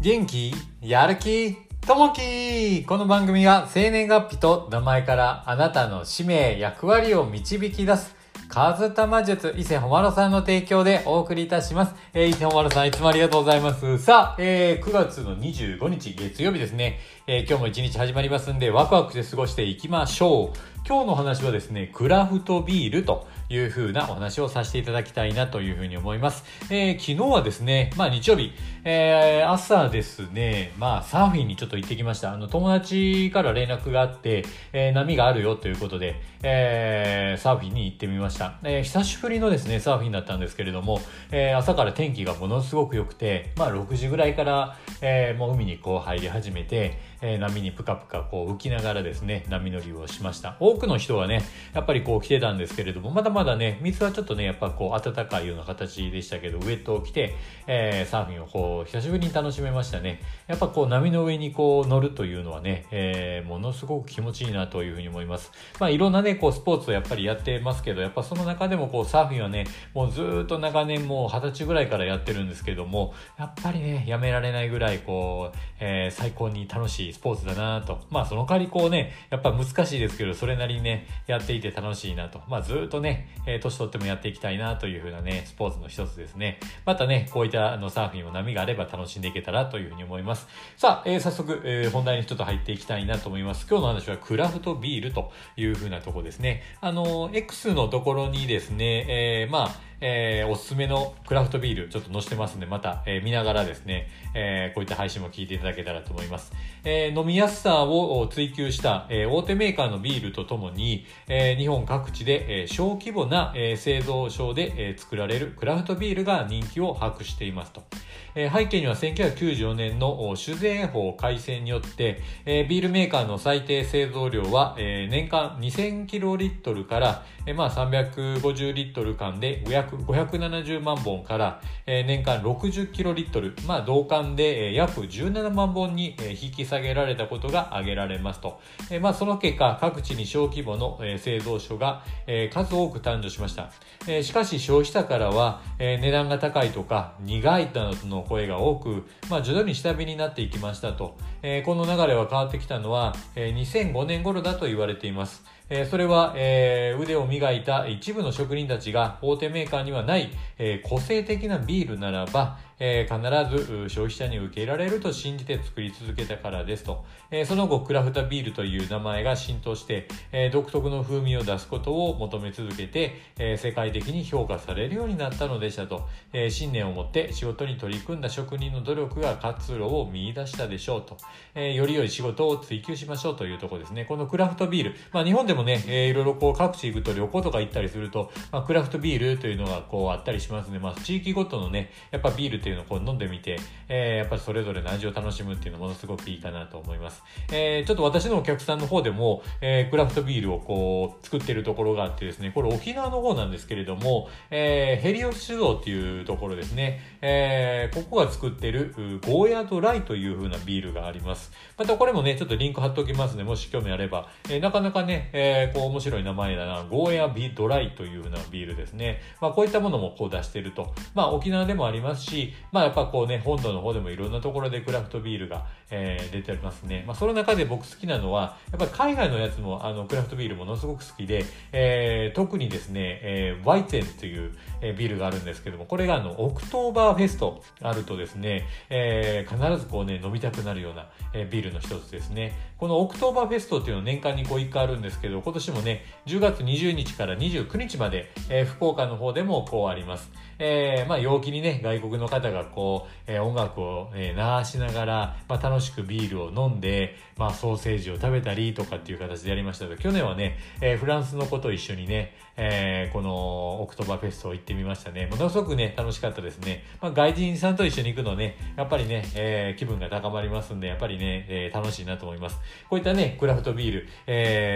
元気やる気ともき。この番組は生年月日と名前からあなたの使命役割を導き出すカズタマ術伊勢ほまろさんの提供でお送りいたします。伊勢ほまろさんいつもありがとうございます。さあ、9月の25日月曜日ですね。今日も一日始まりますんでワクワクして過ごしていきましょう。今日の話はですね、クラフトビールという風なお話をさせていただきたいなという風に思います。昨日はですね、日曜日、朝ですね、サーフィンにちょっと行ってきました。友達から連絡があって、波があるよということで、サーフィンに行ってみました。久しぶりのですね、サーフィンだったんですけれども、朝から天気がものすごく良くて、6時ぐらいから、もう海にこう入り始めて、波にぷかぷかこう浮きながらですね、波乗りをしました。多くの人がね、やっぱりこう来てたんですけれども、まだまだね、水はちょっとね、やっぱこう暖かいような形でしたけど、ウェットを着て、サーフィンをこう久しぶりに楽しめましたね。やっぱこう波の上にこう乗るというのはね、ものすごく気持ちいいなというふうに思います。いろんなね、こうスポーツをやっぱりやってますけど、やっぱその中でもこうサーフィンはね、もうずーっと長年もう20歳ぐらいからやってるんですけども、やっぱりね、やめられないぐらいこう、最高に楽しいスポーツだなと。その代わりこうね、やっぱ難しいですけど、それなりにね、やっていて楽しいなと。ずーっとね、年取ってもやっていきたいなというふうなね、スポーツの一つですね。またね、こういったサーフィンも波があれば楽しんでいけたらというふうに思います。さあ、早速、本題にちょっと入っていきたいなと思います。今日の話はクラフトビールというふうなところですね。X のところにですね、おすすめのクラフトビールちょっと載せてますんで、また、見ながらですね、こういった配信も聞いていただけたらと思います。飲みやすさを追求した、大手メーカーのビールとともに、日本各地で、小規模な、製造所で、作られるクラフトビールが人気を博していますと。背景には1994年の酒税法改正によって、ビールメーカーの最低製造量は、年間2000キロリットルから、350リットル間で570万本から、年間60キロリットル、同管で、約17万本に、引き下げられたことが挙げられますと。その結果、各地に小規模の、製造所が、数多く誕生しました。しかし消費者からは、値段が高いとか苦いなどの声が多く、徐々に下火になっていきましたと。この流れは変わってきたのは、2005年頃だと言われています。それは、腕を磨いた一部の職人たちが大手メーカーにはない、個性的なビールならば、必ず消費者に受け入れられると信じて作り続けたからですと。その後クラフトビールという名前が浸透して、独特の風味を出すことを求め続けて、世界的に評価されるようになったのでしたと。信念を持って仕事に取り組んだ職人の努力が活路を見出したでしょうと。より良い仕事を追求しましょうというところですね。このクラフトビール、日本でもね、いろいろこう各地行くと旅行とか行ったりすると、クラフトビールというのがこうあったりしますね。地域ごとのね、やっぱビールっていうのをこう飲んでみて、やっぱりそれぞれの味を楽しむっていうのものすごくいいかなと思います。ちょっと私のお客さんの方でも、クラフトビールをこう作ってるところがあってですね、これ沖縄の方なんですけれども、ヘリオス酒造っていうところですね。ここが作ってるゴーヤドライという風なビールがあります。またこれもね、ちょっとリンク貼っておきますね。もし興味あれば。なかなかね、こう面白い名前だな。ゴーヤドライという風なビールですね。こういったものもこう出してると。沖縄でもありますし、やっぱこうね、本土の方でもいろんなところでクラフトビールが、出てますね。その中で僕好きなのは、やっぱり海外のやつもクラフトビールものすごく好きで、特にですね、ワイツェンという、ビールがあるんですけども、これがオクトーバーフェストあるとですね、必ずこうね、飲みたくなるような、ビールの一つですね。このオクトーバーフェストっていうの年間にこう1回あるんですけど、今年もね、10月20日から29日まで、福岡の方でもこうあります。陽気にね、外国の方がこう、音楽を、流しながら、楽しくビールを飲んで、ソーセージを食べたりとかっていう形でやりましたけど、去年はね、フランスの子と一緒にね、このオクトーバーフェストを行ってみましたね。ものすごくね、楽しかったですね。外人さんと一緒に行くのね、やっぱりね、気分が高まりますんで、やっぱりね、楽しいなと思います。こういったね、クラフトビール、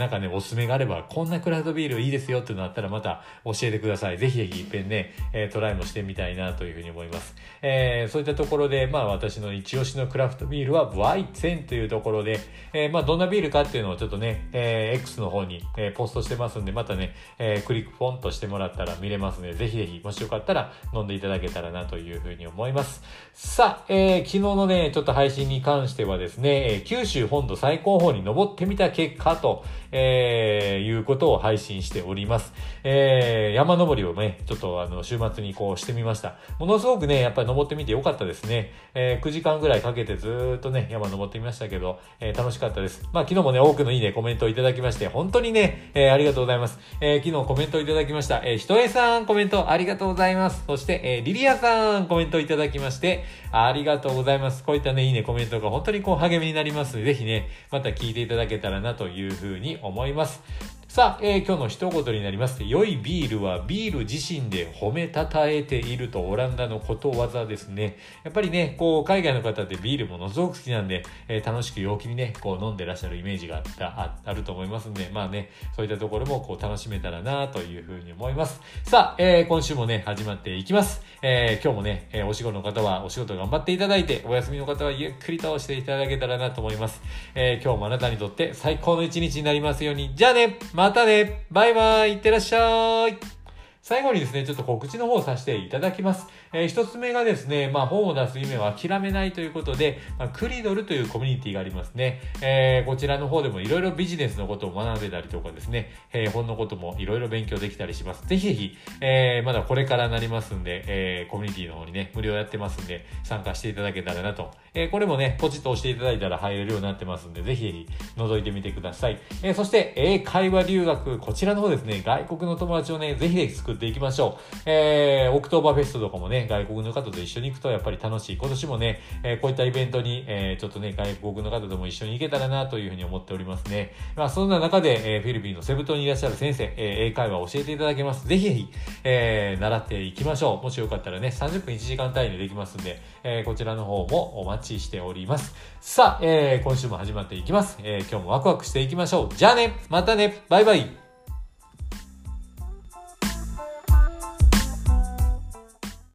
かね、おすすめがあれば、こんなクラフトビールいいですよっていうのあったらまた教えてください。ぜひぜひ一遍ね、トライもしてみたいなというふうに思います。そういったところで、私の一押しのクラフトビールは、ワイツェンというところで、どんなビールかっていうのをちょっとね、X の方に、ポストしてますんで、またね、クリックポンとしてもらったら見れますので、ぜひぜひ、もしよかったら飲んでいただけたらなというふうに思います。さあ、昨日のね、ちょっと配信に関してはですね、九州本土最高峰に登ってみた結果と、いうことを配信しております。山登りをね、ちょっと週末にこうしてみました。ものすごくね、やっぱり登ってみてよかったですね。9時間ぐらいかけてずーっとね、山登ってみましたけど、楽しかったです。昨日もね、多くのいいね、コメントをいただきまして、本当にね、ありがとうございます。昨日コメントをいただきました。ひとえさんコメントありがとうございます。そして、リリアさんコメントいただきまして、ありがとうございます。こういったね、いいね、コメントが本当にこう励みになりますので、ぜひね、また聞いていただけたらなというふうに思います。さあ、今日の一言になります。良いビールはビール自身で褒めたたえているとオランダのことわざですね。やっぱりね、こう、海外の方ってビールものすごく好きなんで、楽しく陽気にね、こう飲んでらっしゃるイメージがあると思いますんで、そういったところもこう楽しめたらなというふうに思います。さあ、今週もね、始まっていきます。今日もね、お仕事の方はお仕事頑張っていただいて、お休みの方はゆっくりとしていただけたらなと思います。今日もあなたにとって最高の一日になりますように。じゃあね、またね、バイバイ、いってらっしゃい。最後にですね、ちょっと告知の方をさせていただきます。一つ目がですね、本を出す夢を諦めないということで、クリドルというコミュニティがありますね。こちらの方でもいろいろビジネスのことを学んでたりとかですね、本のこともいろいろ勉強できたりします。ぜひぜひ、まだこれからなりますんで、コミュニティの方にね、無料やってますんで、参加していただけたらなと。これもね、ポチッと押していただいたら入れるようになってますんで、ぜひぜひ覗いてみてください。そして、英会話留学、こちらの方ですね、外国の友達をね、ぜひぜひ作っていきましょう。オクトーバーフェストとかもね、外国の方と一緒に行くとやっぱり楽しい。今年もね、こういったイベントに、ちょっとね、外国の方とも一緒に行けたらなというふうに思っておりますね。そんな中で、フィリピンのセブ島にいらっしゃる先生、英会話を教えていただけます。ぜひぜひ、習っていきましょう。もしよかったらね、30分1時間単位でできますんで、こちらの方もお待ちしております。さあ、今週も始まっていきます。今日もワクワクしていきましょう。じゃあね、またね、バイバイ。